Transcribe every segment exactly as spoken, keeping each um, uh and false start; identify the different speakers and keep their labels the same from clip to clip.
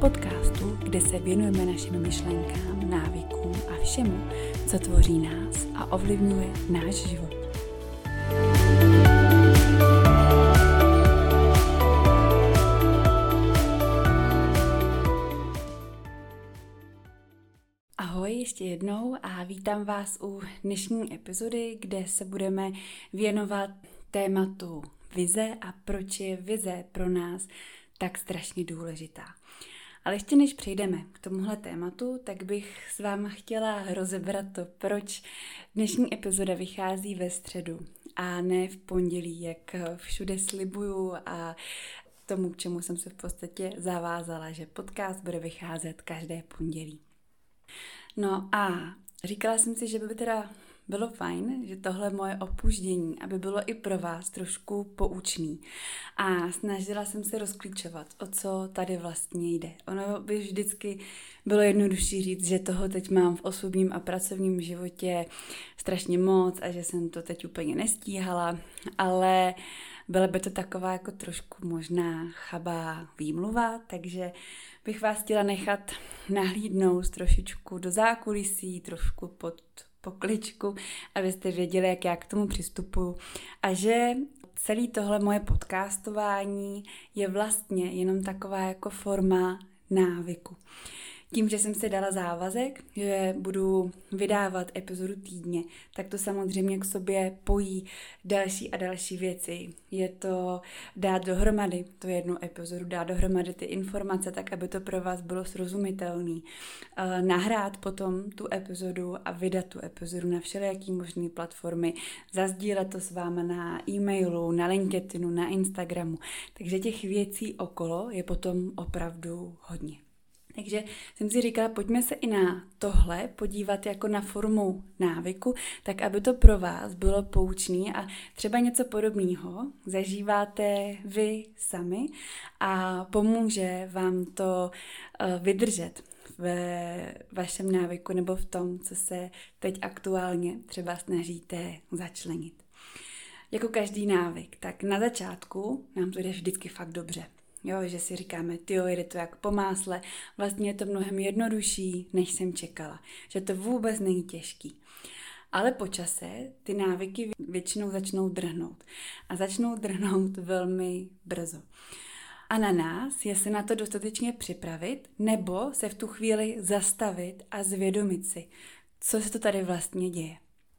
Speaker 1: podcastu, kde se věnujeme našim myšlenkám, návykům a všemu, co tvoří nás a ovlivňuje náš život. Ahoj ještě jednou a vítám vás u dnešní epizody, kde se budeme věnovat tématu vize a proč je vize pro nás tak strašně důležitá. Ale ještě než přejdeme k tomuhle tématu, tak bych s váma chtěla rozebrat to, proč dnešní epizoda vychází ve středu a ne v pondělí, jak všude slibuju a tomu, k čemu jsem se v podstatě zavázala, že podcast bude vycházet každé pondělí. No a říkala jsem si, že by teda bylo fajn, že tohle moje opuštění, aby bylo i pro vás trošku poučný. A snažila jsem se rozklíčovat, o co tady vlastně jde. Ono by vždycky bylo jednodušší říct, že toho teď mám v osobním a pracovním životě strašně moc a že jsem to teď úplně nestíhala, ale byla by to taková jako trošku možná chabá výmluva, takže bych vás chtěla nechat nahlídnout trošičku do zákulisí, trošku pod pokličku, abyste věděli, jak já k tomu přistupuju. A že celý tohle moje podcastování je vlastně jenom taková jako forma návyku. Tím, že jsem si dala závazek, že budu vydávat epizodu týdně, tak to samozřejmě k sobě pojí další a další věci. Je to dát dohromady tu jednu epizodu, dát dohromady ty informace, tak aby to pro vás bylo srozumitelné. Nahrát potom tu epizodu a vydat tu epizodu na všelijaký možné platformy, zazdílet to s váma na e-mailu, na LinkedInu, na Instagramu. Takže těch věcí okolo je potom opravdu hodně. Takže jsem si říkala, pojďme se i na tohle podívat jako na formu návyku, tak aby to pro vás bylo poučný a třeba něco podobného zažíváte vy sami a pomůže vám to vydržet ve vašem návyku nebo v tom, co se teď aktuálně třeba snažíte začlenit. Jako každý návyk, tak na začátku nám to jde vždycky fakt dobře. Jo, že si říkáme, tyjo, jde to jak po másle, vlastně je to mnohem jednodušší, než jsem čekala, že to vůbec není těžký. Ale po čase ty návyky většinou začnou drhnout a začnou drhnout velmi brzo. A na nás je se na to dostatečně připravit nebo se v tu chvíli zastavit a zvědomit si, co se to tady vlastně děje.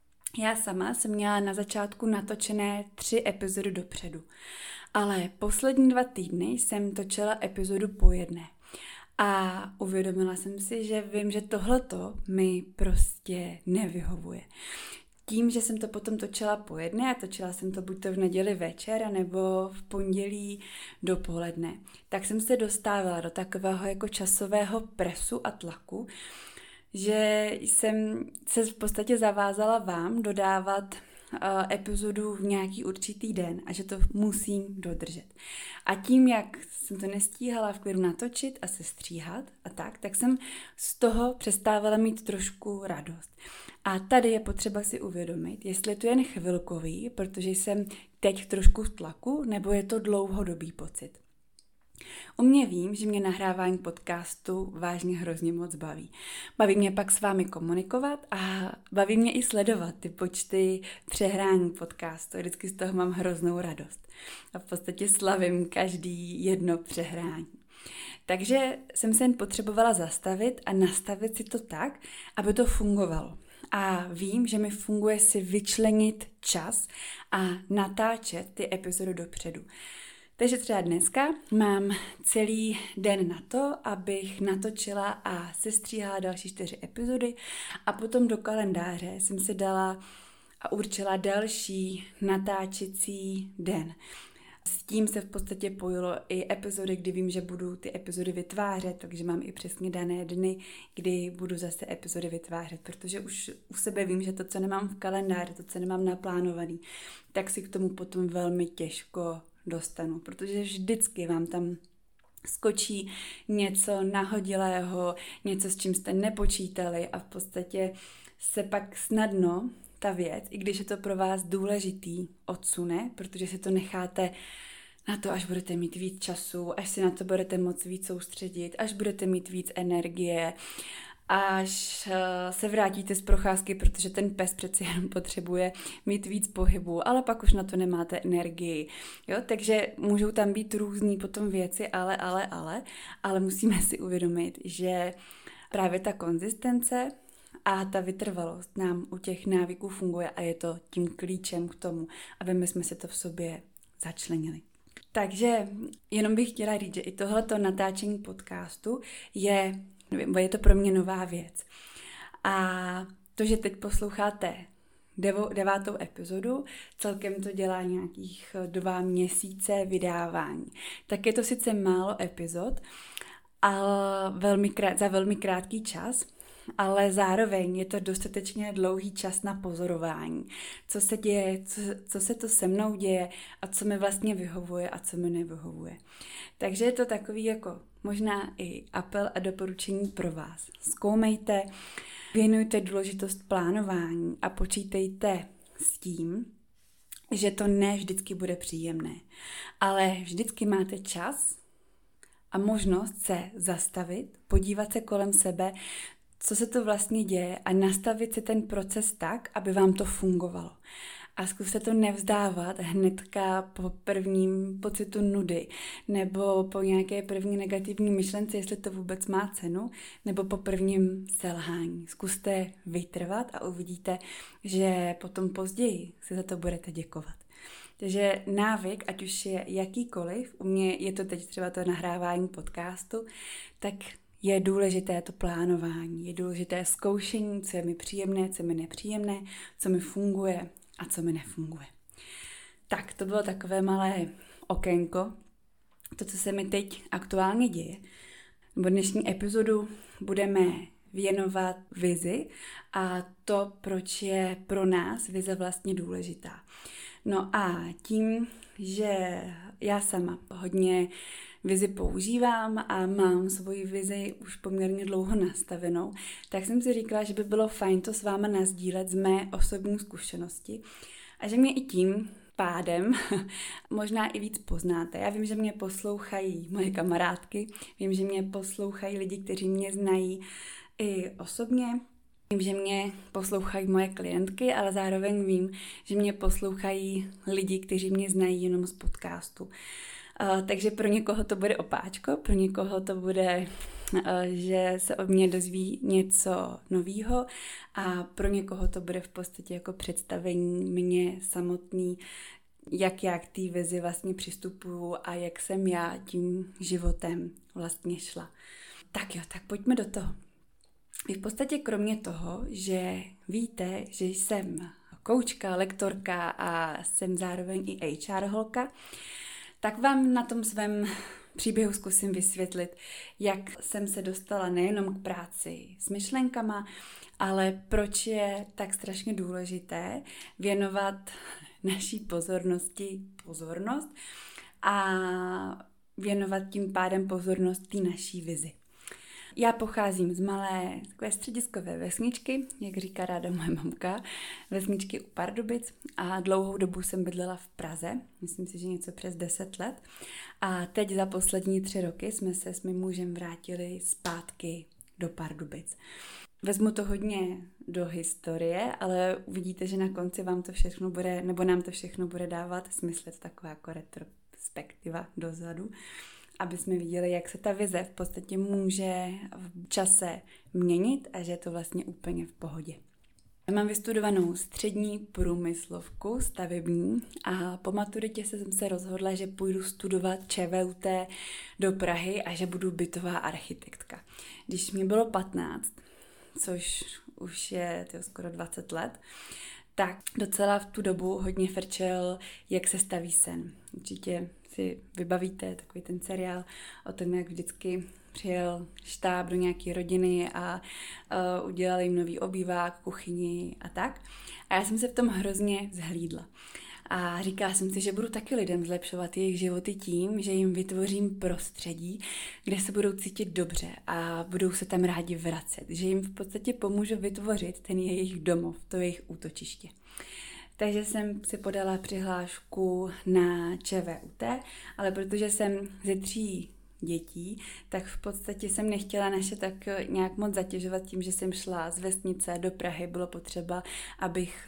Speaker 1: Já sama jsem měla na začátku natočené tři epizody dopředu, ale poslední dva týdny jsem točila epizodu po jedné a uvědomila jsem si, že vím, že tohleto mi prostě nevyhovuje. Tím, že jsem to potom točila po jedné a točila jsem to buď to v neděli večer, nebo v pondělí dopoledne, tak jsem se dostávala do takového jako časového presu a tlaku, že jsem se v podstatě zavázala vám dodávat uh, epizodu v nějaký určitý den a že to musím dodržet. A tím, jak jsem to nestíhala v klidu natočit a sestříhat a tak, tak jsem z toho přestávala mít trošku radost. A tady je potřeba si uvědomit, jestli to je jen chvilkový, protože jsem teď trošku v tlaku, nebo je to dlouhodobý pocit. U mě vím, že mě nahrávání podcastu vážně hrozně moc baví. Baví mě pak s vámi komunikovat a baví mě i sledovat ty počty přehrání podcastu. Vždycky z toho mám hroznou radost. A v podstatě slavím každý jedno přehrání. Takže jsem se jen potřebovala zastavit a nastavit si to tak, aby to fungovalo. A vím, že mi funguje si vyčlenit čas a natáčet ty epizody dopředu. Takže třeba dneska mám celý den na to, abych natočila a sestříhala další čtyři epizody a potom do kalendáře jsem si dala a určila další natáčecí den. S tím se v podstatě pojilo i epizody, kdy vím, že budu ty epizody vytvářet, takže mám i přesně dané dny, kdy budu zase epizody vytvářet, protože už u sebe vím, že to, co nemám v kalendáři, to, co nemám naplánovaný, tak si k tomu potom velmi těžko dostanu, protože vždycky vám tam skočí něco nahodilého, něco, s čím jste nepočítali a v podstatě se pak snadno ta věc, i když je to pro vás důležitý, odsune, protože si to necháte na to, až budete mít víc času, až si na to budete moc víc soustředit, až budete mít víc energie, až se vrátíte z procházky, protože ten pes přeci jenom potřebuje mít víc pohybu, ale pak už na to nemáte energii. Jo? Takže můžou tam být různý potom věci, ale, ale, ale, ale musíme si uvědomit, že právě ta konzistence a ta vytrvalost nám u těch návyků funguje a je to tím klíčem k tomu, aby my jsme si to v sobě začlenili. Takže jenom bych chtěla říct, že i tohleto natáčení podcastu je, nevím, je to pro mě nová věc. A to, že teď posloucháte devo, devátou epizodu, celkem to dělá nějakých dva měsíce vydávání. Tak je to sice málo epizod, ale velmi krát, za velmi krátký čas, ale zároveň je to dostatečně dlouhý čas na pozorování, co se děje, co, co se to se mnou děje a co mi vlastně vyhovuje a co mi nevyhovuje. Takže je to takový jako možná i apel a doporučení pro vás. Zkoumejte, věnujte důležitost plánování a počítejte s tím, že to ne vždycky bude příjemné, ale vždycky máte čas a možnost se zastavit, podívat se kolem sebe, co se to vlastně děje a nastavit si ten proces tak, aby vám to fungovalo. A zkuste to nevzdávat hnedka po prvním pocitu nudy, nebo po nějaké první negativní myšlence, jestli to vůbec má cenu, nebo po prvním selhání. Zkuste vytrvat a uvidíte, že potom později si za to budete děkovat. Takže návyk, ať už je jakýkoliv, u mě je to teď třeba to nahrávání podcastu, tak je důležité to plánování, je důležité zkoušení, co je mi příjemné, co je mi nepříjemné, co mi funguje a co mi nefunguje. Tak, to bylo takové malé okénko, to, co se mi teď aktuálně děje. Nebo dnešní epizodu budeme věnovat vizi a to, proč je pro nás vize vlastně důležitá. No a tím, že já sama hodně vizi používám a mám svoji vizi už poměrně dlouho nastavenou, tak jsem si říkala, že by bylo fajn to s váma nasdílet z mé osobní zkušenosti a že mě i tím pádem možná i víc poznáte. Já vím, že mě poslouchají moje kamarádky, vím, že mě poslouchají lidi, kteří mě znají i osobně, vím, že mě poslouchají moje klientky, ale zároveň vím, že mě poslouchají lidi, kteří mě znají jenom z podcastu. Uh, takže pro někoho to bude opáčko, pro někoho to bude, uh, že se od mě dozví něco novýho a pro někoho to bude v podstatě jako představení mě samotný, jak já k té vizi vlastně přistupuju a jak jsem já tím životem vlastně šla. Tak jo, tak pojďme do toho. Vy v podstatě kromě toho, že víte, že jsem koučka, lektorka a jsem zároveň i há er holka, tak vám na tom svém příběhu zkusím vysvětlit, jak jsem se dostala nejenom k práci s myšlenkama, ale proč je tak strašně důležité věnovat naší pozornosti pozornost a věnovat tím pádem pozornost té naší vizi. Já pocházím z malé takové střediskové vesničky, jak říká ráda moje mamka, vesničky u Pardubic a dlouhou dobu jsem bydlela v Praze, myslím si, že něco přes deset let. A teď za poslední tři roky jsme se s mým mužem vrátili zpátky do Pardubic. Vezmu to hodně do historie, ale uvidíte, že na konci vám to všechno bude, nebo nám to všechno bude dávat smysl, je to taková jako retrospektiva dozadu, aby jsme viděli, jak se ta vize v podstatě může v čase měnit a že je to vlastně úplně v pohodě. Já mám vystudovanou střední průmyslovku stavební a po maturitě jsem se rozhodla, že půjdu studovat ČVUT do Prahy a že budu bytová architektka. Když mi bylo patnáct, což už je tyjo, skoro dvacet let, tak docela v tu dobu hodně frčel, jak se staví sen. Určitě si vybavíte takový ten seriál o tom, jak vždycky přijel štáb do nějaké rodiny a uh, udělali jim nový obývák, kuchyni a tak. A já jsem se v tom hrozně zhlídla. A říkala jsem si, že budu taky lidem zlepšovat jejich životy tím, že jim vytvořím prostředí, kde se budou cítit dobře a budou se tam rádi vracet. Že jim v podstatě pomůžu vytvořit ten jejich domov, to jejich útočiště. Takže jsem si podala přihlášku na ČVUT, ale protože jsem ze tří dětí, tak v podstatě jsem nechtěla naše tak nějak moc zatěžovat tím, že jsem šla z vesnice do Prahy. Bylo potřeba, abych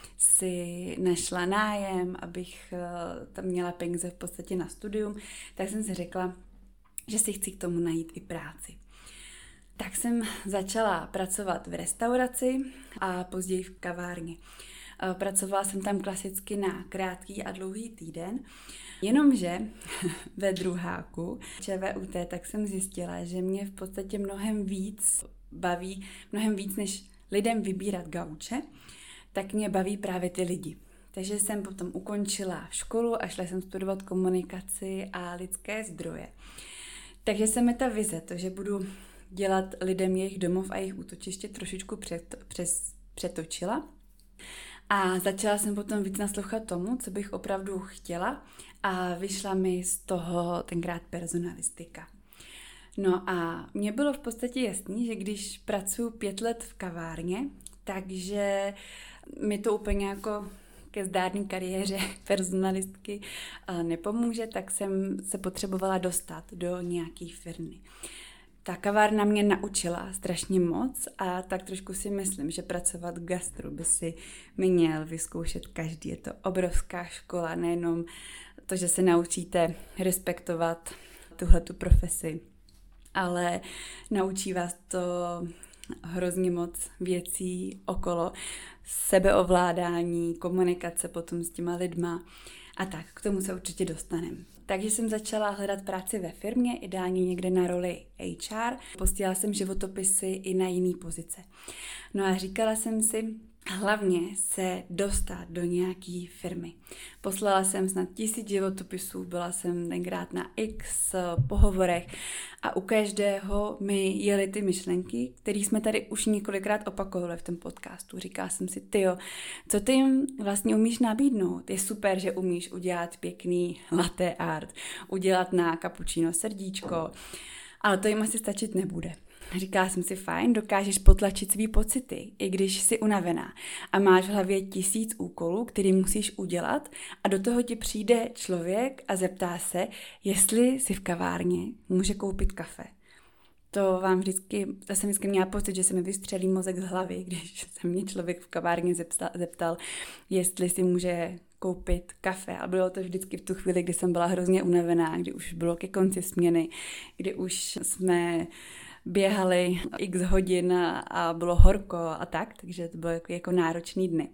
Speaker 1: si našla nájem, abych tam měla peníze v podstatě na studium, tak jsem si řekla, že si chci k tomu najít i práci. Tak jsem začala pracovat v restauraci a později v kavárně. Pracovala jsem tam klasicky na krátký a dlouhý týden, jenomže ve druháku ČVUT tak jsem zjistila, že mě v podstatě mnohem víc baví, mnohem víc než lidem vybírat gauče, tak mě baví právě ty lidi. Takže jsem potom ukončila školu a šla jsem studovat komunikaci a lidské zdroje. Takže se mi ta vize, to, že budu dělat lidem jejich domov a jejich útočiště, trošičku před, přes, přetočila. A začala jsem potom víc naslouchat tomu, co bych opravdu chtěla a vyšla mi z toho tenkrát personalistika. No a mně bylo v podstatě jasný, že když pracuji pět let v kavárně, takže mi to úplně jako ke zdárné kariéře personalistky nepomůže, tak jsem se potřebovala dostat do nějaké firmy. Ta kavárna mě naučila strašně moc a tak trošku si myslím, že pracovat v gastru by si měl vyzkoušet každý. Je to obrovská škola, nejenom to, že se naučíte respektovat tuhletu profesi, ale naučí vás to hrozně moc věcí okolo, sebeovládání, komunikace potom s těma lidma a tak, k tomu se určitě dostaneme. Takže jsem začala hledat práci ve firmě, ideálně někde na roli H R. Posílala jsem životopisy i na jiné pozice. No a říkala jsem si, hlavně se dostat do nějaké firmy. Poslala jsem snad tisíc životopisů, byla jsem tenkrát na X pohovorech a u každého mi jeli ty myšlenky, které jsme tady už několikrát opakovali v tom podcastu. Říkala jsem si, tyjo, co ty jim vlastně umíš nabídnout? Je super, že umíš udělat pěkný latte art, udělat na kapučino srdíčko, ale to jim asi stačit nebude. Říkala jsem si, fajn, dokážeš potlačit svý pocity, i když jsi unavená a máš v hlavě tisíc úkolů, který musíš udělat a do toho ti přijde člověk a zeptá se, jestli si v kavárně může koupit kafe. To vám vždycky, to jsem vždycky měla pocit, že se mi vystřelí mozek z hlavy, když se mě člověk v kavárně zeptal, zeptal jestli si může koupit kafe. A bylo to vždycky v tu chvíli, kdy jsem byla hrozně unavená, kdy už bylo ke konci směny, kdy už jsme běhali x hodin a bylo horko a tak, takže to bylo jako, jako náročný dny.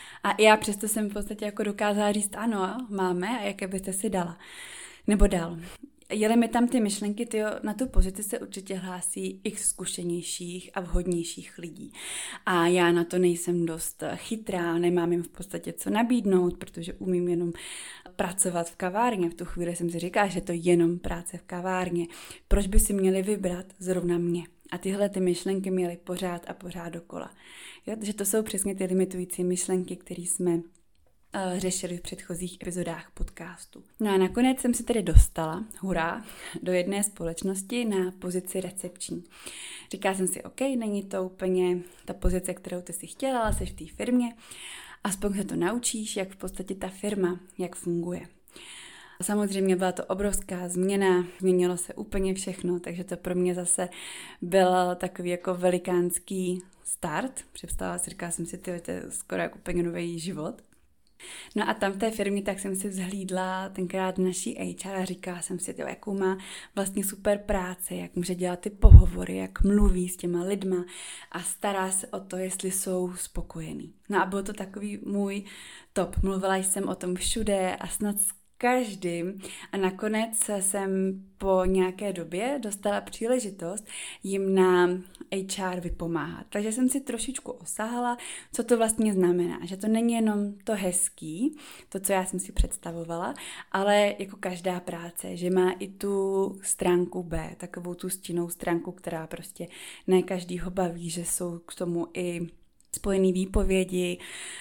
Speaker 1: A já přesto jsem v podstatě jako dokázala říct ano, máme a jaké byste si dala. Nebo dal. Jeli mi tam ty myšlenky, tyjo, na tu pozici se určitě hlásí x zkušenějších a vhodnějších lidí. A já na to nejsem dost chytrá, nemám jim v podstatě co nabídnout, protože umím jenom pracovat v kavárně. V tu chvíli jsem si říkala, že to je jenom práce v kavárně. Proč by si měli vybrat zrovna mě? A tyhle ty myšlenky měly pořád a pořád dokola. Jo, že to jsou přesně ty limitující myšlenky, které jsme řešili v předchozích epizodách podcastu. No a nakonec jsem se tedy dostala, hurá, do jedné společnosti na pozici recepční. Říkala jsem si, OK, není to úplně ta pozice, kterou ty si chtěla, ale jsi v té firmě, aspoň se to naučíš, jak v podstatě ta firma, jak funguje. Samozřejmě byla to obrovská změna, změnilo se úplně všechno, takže to pro mě zase byl takový jako velikánský start. Představila si, říkala jsem si, tyjo, to je skoro jako úplně nový život. No a tam v té firmě tak jsem si vzhlídla tenkrát naší H R a říkala jsem si, tyjo, jakou má vlastně super práce, jak může dělat ty pohovory, jak mluví s těma lidma a stará se o to, jestli jsou spokojení. No a byl to takový můj top. Mluvila jsem o tom všude a snad s každým a nakonec jsem po nějaké době dostala příležitost jim na H R vypomáhat. Takže jsem si trošičku osahala, co to vlastně znamená, že to není jenom to hezký, to, co já jsem si představovala, ale jako každá práce, že má i tu stránku B, takovou tu stinnou stránku, která prostě ne každýho baví, že jsou k tomu i spojený výpovědi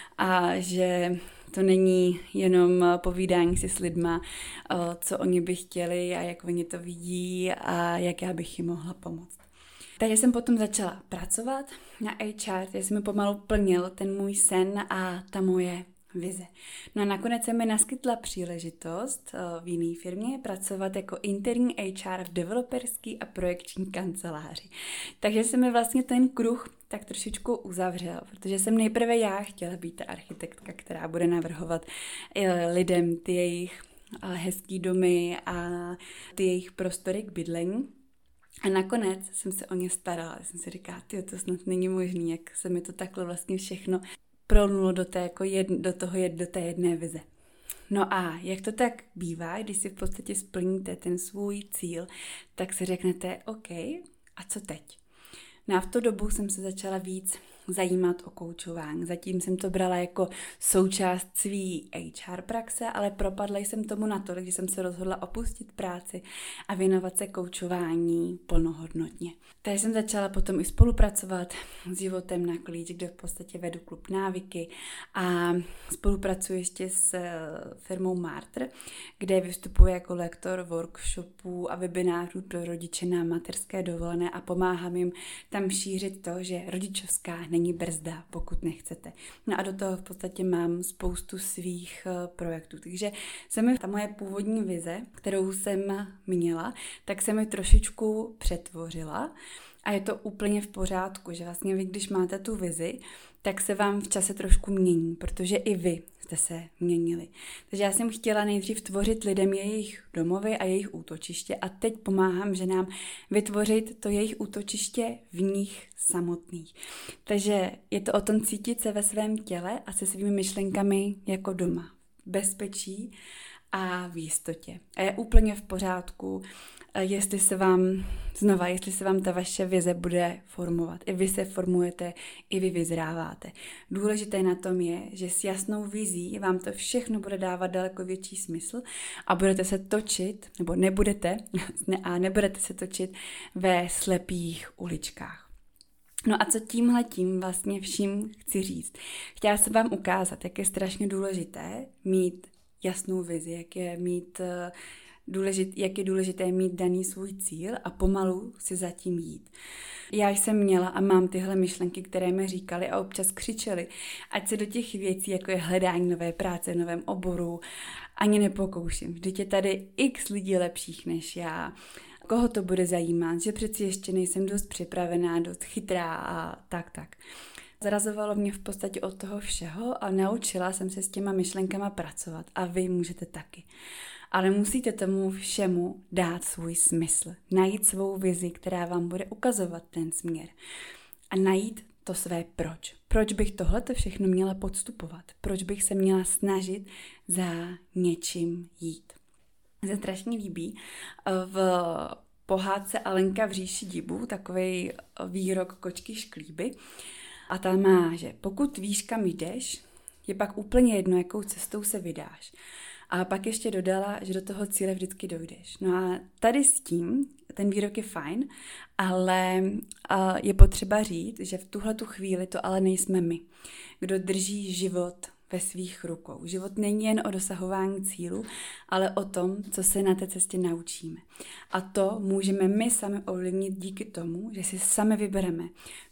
Speaker 1: a že to není jenom povídání si s lidma, co oni by chtěli a jak oni to vidí a jak já bych jim mohla pomoct. Takže jsem potom začala pracovat na H R, takže jsem mi pomalu plnil ten můj sen a ta moje vize. No a nakonec se mi naskytla příležitost v jiné firmě pracovat jako interní H R v developerské a projekční kanceláři. Takže se mi vlastně ten kruh tak trošičku uzavřel, protože jsem nejprve já chtěla být ta architektka, která bude navrhovat lidem ty jejich hezký domy a ty jejich prostory k bydlení. A nakonec jsem se o ně starala. Jsem si říkala, tyjo, to snad není možný, jak se mi to takhle vlastně všechno prolnulo do, té, jako jed, do toho jed, do té jedné vize. No a jak to tak bývá, když si v podstatě splníte ten svůj cíl, tak si řeknete, OK, a co teď? No a v tu dobu jsem se začala víc zajímat o koučování. Zatím jsem to brala jako součást svý H R praxe, ale propadla jsem tomu natolik, že jsem se rozhodla opustit práci a věnovat se koučování plnohodnotně. Takže jsem začala potom i spolupracovat s Životem na klíč, kde v podstatě vedu klub Návyky a spolupracuji ještě s firmou Martr, kde vystupuji jako lektor workshopů a webinářů pro rodiče na mateřské dovolené a pomáhám jim tam šířit to, že rodičovská není brzda, pokud nechcete. No a do toho v podstatě mám spoustu svých projektů. Takže se mi ta moje původní vize, kterou jsem měla, tak se mi trošičku přetvořila a je to úplně v pořádku, že vlastně vy, když máte tu vizi, tak se vám v čase trošku mění, protože i vy jste se měnili. Takže já jsem chtěla nejdřív tvořit lidem jejich domovy a jejich útočiště a teď pomáhám ženám vytvořit to jejich útočiště v nich samotných. Takže je to o tom cítit se ve svém těle a se svými myšlenkami jako doma. Bezpečí a v jistotě. A je úplně v pořádku, jestli se vám, znova, jestli se vám ta vaše vize bude formovat. I vy se formujete, i vy vyzráváte. Důležité na tom je, že s jasnou vizí vám to všechno bude dávat daleko větší smysl a budete se točit, nebo nebudete, ne, a nebudete se točit ve slepých uličkách. No a co tímhletím vlastně vším chci říct? Chtěla jsem vám ukázat, jak je strašně důležité mít jasnou vizi, jak je mít důležit, jak je důležité mít daný svůj cíl a pomalu si zatím jít. Já jsem měla a mám tyhle myšlenky, které mi říkali a občas křičeli, ať se do těch věcí, jako je hledání nové práce v novém oboru, ani nepokouším. Vždyť je tady x lidí lepších než já. Koho to bude zajímat, že přeci ještě nejsem dost připravená, dost chytrá a tak, tak. Zarazovalo mě v podstatě od toho všeho a naučila jsem se s těma myšlenkama pracovat a vy můžete taky. Ale musíte tomu všemu dát svůj smysl, najít svou vizi, která vám bude ukazovat ten směr a najít to své proč. Proč bych tohleto všechno měla podstupovat? Proč bych se měla snažit za něčím jít? Se strašně líbí v pohádce Alenka v říši dibu takovej výrok kočky Šklíby a ta má, že pokud víš, kam jdeš, je pak úplně jedno, jakou cestou se vydáš. A pak ještě dodala, že do toho cíle vždycky dojdeš. No a tady s tím, ten výrok je fajn, ale je potřeba říct, že v tuhletu chvíli to ale nejsme my, kdo drží život ve svých rukou. Život není jen o dosahování cílu, ale o tom, co se na té cestě naučíme. A to můžeme my sami ovlivnit díky tomu, že si sami vybereme,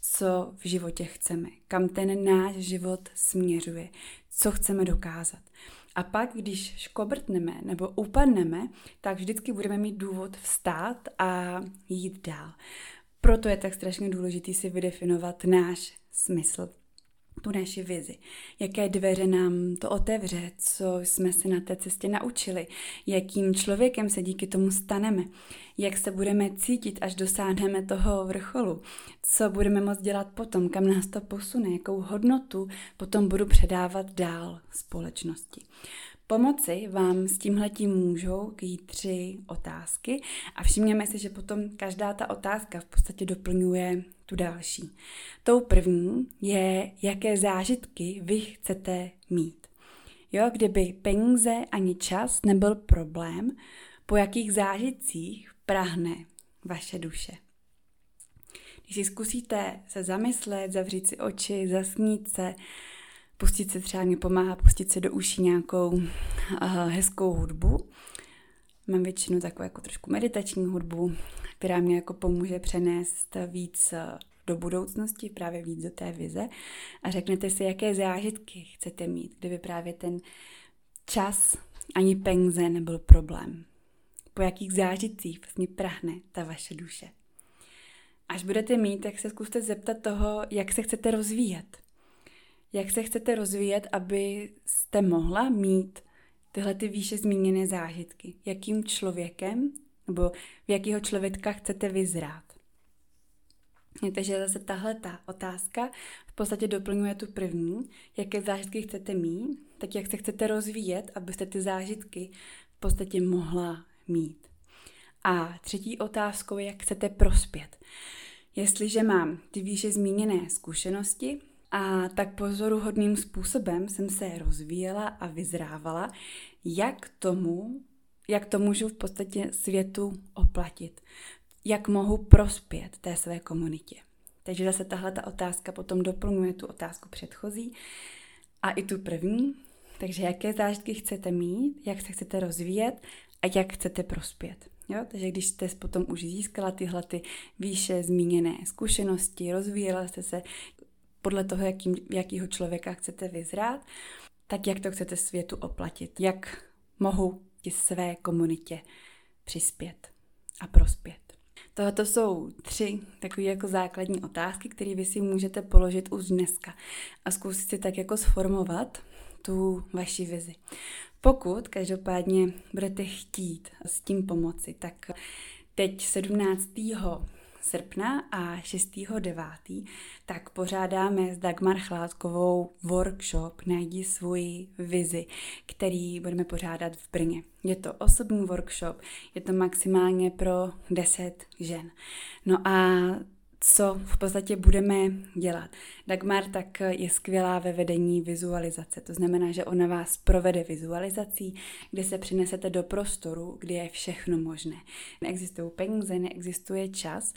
Speaker 1: co v životě chceme, kam ten náš život směřuje, co chceme dokázat. A pak, když škobrtneme nebo upadneme, tak vždycky budeme mít důvod vstát a jít dál. Proto je tak strašně důležité si vydefinovat náš smysl, tu naši vizi. Jaké dveře nám to otevře, co jsme se na té cestě naučili, jakým člověkem se díky tomu staneme, jak se budeme cítit, až dosáhneme toho vrcholu, co budeme moct dělat potom, kam nás to posune, jakou hodnotu potom budu předávat dál společnosti. Pomoci vám s tímhletím můžou kýt tři otázky a všimněme si, že potom každá ta otázka v podstatě doplňuje tu další. Tou první je, jaké zážitky vy chcete mít. Jo, kdyby peníze ani čas nebyl problém, po jakých zážitcích prahne vaše duše. Když si zkusíte se zamyslet, zavřít si oči, zasnít se, pustit se třeba mě pomáhá pustit se do uší nějakou uh, hezkou hudbu. Mám většinou takovou jako trošku meditační hudbu, která mě jako pomůže přenést víc do budoucnosti, právě víc do té vize a řeknete si, jaké zážitky chcete mít, kdyby právě ten čas ani peníze nebyl problém. Po jakých zážitcích vlastně prahne ta vaše duše. Až budete mít, tak se zkuste zeptat toho, jak se chcete rozvíjet. Jak se chcete rozvíjet, abyste mohla mít tyhle ty výše zmíněné zážitky. Jakým člověkem nebo v jakého člověka chcete vyzrát. Takže zase tahle ta otázka v podstatě doplňuje tu první, jaké zážitky chcete mít, tak jak se chcete rozvíjet, abyste ty zážitky v podstatě mohla mít. A třetí otázkou je, jak chcete prospět. Jestliže mám ty výše zmíněné zkušenosti, a tak pozoruhodným způsobem jsem se rozvíjela a vyzrávala, jak tomu, jak to můžu v podstatě světu oplatit. Jak mohu prospět té své komunitě. Takže zase tahle ta otázka potom doplňuje tu otázku předchozí a i tu první. Takže jaké zážitky chcete mít, jak se chcete rozvíjet a jak chcete prospět. Jo? Takže když jste potom už získala tyhle ty výše zmíněné zkušenosti, rozvíjela jste se podle toho, jakým, jakýho člověka chcete vyzrát, tak jak to chcete světu oplatit. Jak mohu své komunitě přispět a prospět. Tohle jsou tři takové jako základní otázky, které vy si můžete položit už dneska a zkusit si tak jako sformovat tu vaši vizi. Pokud každopádně budete chtít s tím pomoci, tak teď sedmnáctého srpna a šestého devátého tak pořádáme s Dagmar Chládkovou workshop Najdi svoji vizi, který budeme pořádat v Brně. Je to osobní workshop, je to maximálně pro deset žen. No a co v podstatě budeme dělat? Dagmar tak je skvělá ve vedení vizualizace, to znamená, že ona vás provede vizualizací, kde se přinesete do prostoru, kde je všechno možné. Neexistují peníze, neexistuje čas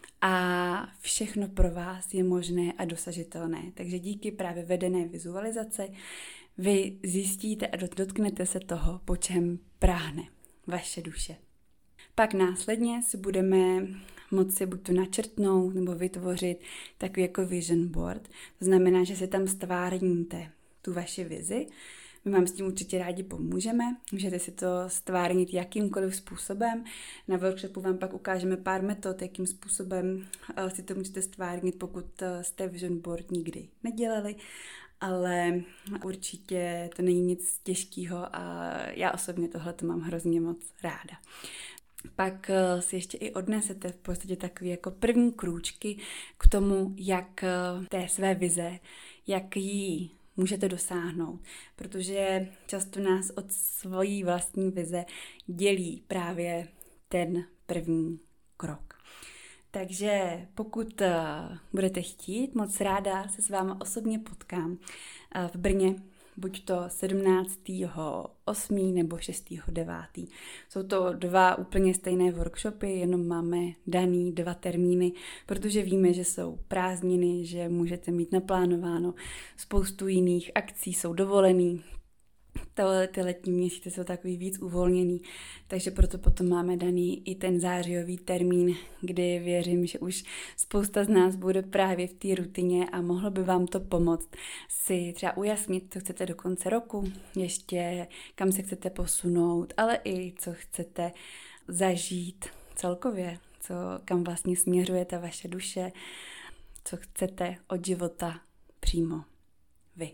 Speaker 1: a všechno pro vás je možné a dosažitelné. Takže díky právě vedené vizualizaci vy zjistíte a dotknete se toho, po čem práhne vaše duše. Pak následně si budeme moci buď to načrtnout nebo vytvořit takový jako vision board. To znamená, že si tam stvárníte tu vaši vizi. My vám s tím určitě rádi pomůžeme. Můžete si to stvárnit jakýmkoliv způsobem. Na workshopu vám pak ukážeme pár metod, jakým způsobem si to můžete stvárnit, pokud jste vision board nikdy nedělali. Ale určitě to není nic těžkého a já osobně tohle to mám hrozně moc ráda. Pak si ještě i odnesete v podstatě takové jako první krůčky k tomu, jak té své vize, jak ji můžete dosáhnout. Protože často nás od svojí vlastní vize dělí právě ten první krok. Takže pokud budete chtít, moc ráda se s váma osobně potkám v Brně, buď to sedmnáctého osmého nebo šestého devátého Jsou to dva úplně stejné workshopy, jenom máme daný dva termíny, protože víme, že jsou prázdniny, že můžete mít naplánováno spoustu jiných akcí, jsou dovolený. Ty letní měsíce jsou takový víc uvolněný, takže proto potom máme daný i ten zářijový termín, kdy věřím, že už spousta z nás bude právě v té rutině a mohlo by vám to pomoct si třeba ujasnit, co chcete do konce roku, ještě kam se chcete posunout, ale i co chcete zažít celkově, co, kam vlastně směřuje ta vaše duše, co chcete od života přímo vy.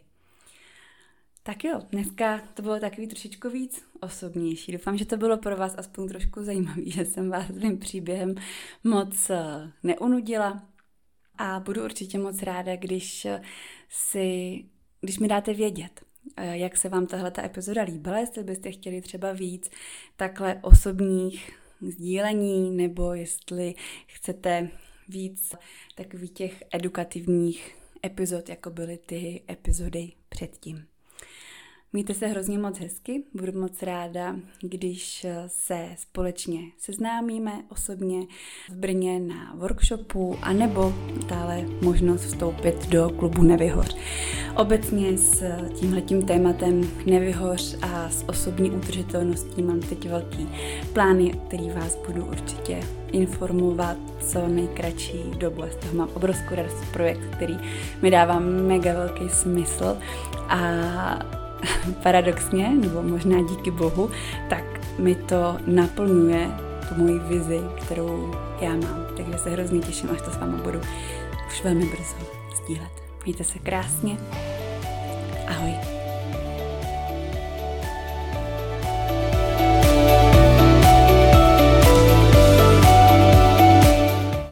Speaker 1: Tak jo, dneska to bylo takový trošičku víc osobnější. Doufám, že to bylo pro vás aspoň trošku zajímavé, že jsem vás svým příběhem moc neunudila a budu určitě moc ráda, když, si, když mi dáte vědět, jak se vám tahleta epizoda líbila, jestli byste chtěli třeba víc takhle osobních sdílení, nebo jestli chcete víc takových těch edukativních epizod, jako byly ty epizody předtím. Mějte se hrozně moc hezky, budu moc ráda, když se společně seznámíme osobně v Brně na workshopu, anebo dále možnost vstoupit do klubu Nevyhoř. Obecně s tímhletím tématem Nevyhoř a s osobní udržitelností mám teď velký plány, který vás budu určitě informovat co nejkratší dobu. A z toho mám obrovskou radost, projekt, který mi dává mega velký smysl a paradoxně, nebo možná díky Bohu, tak mi to naplňuje tu moji vizi, kterou já mám. Takže se hrozně těším, až to s vámi budu už velmi brzo sdílet. Mějte se krásně. Ahoj.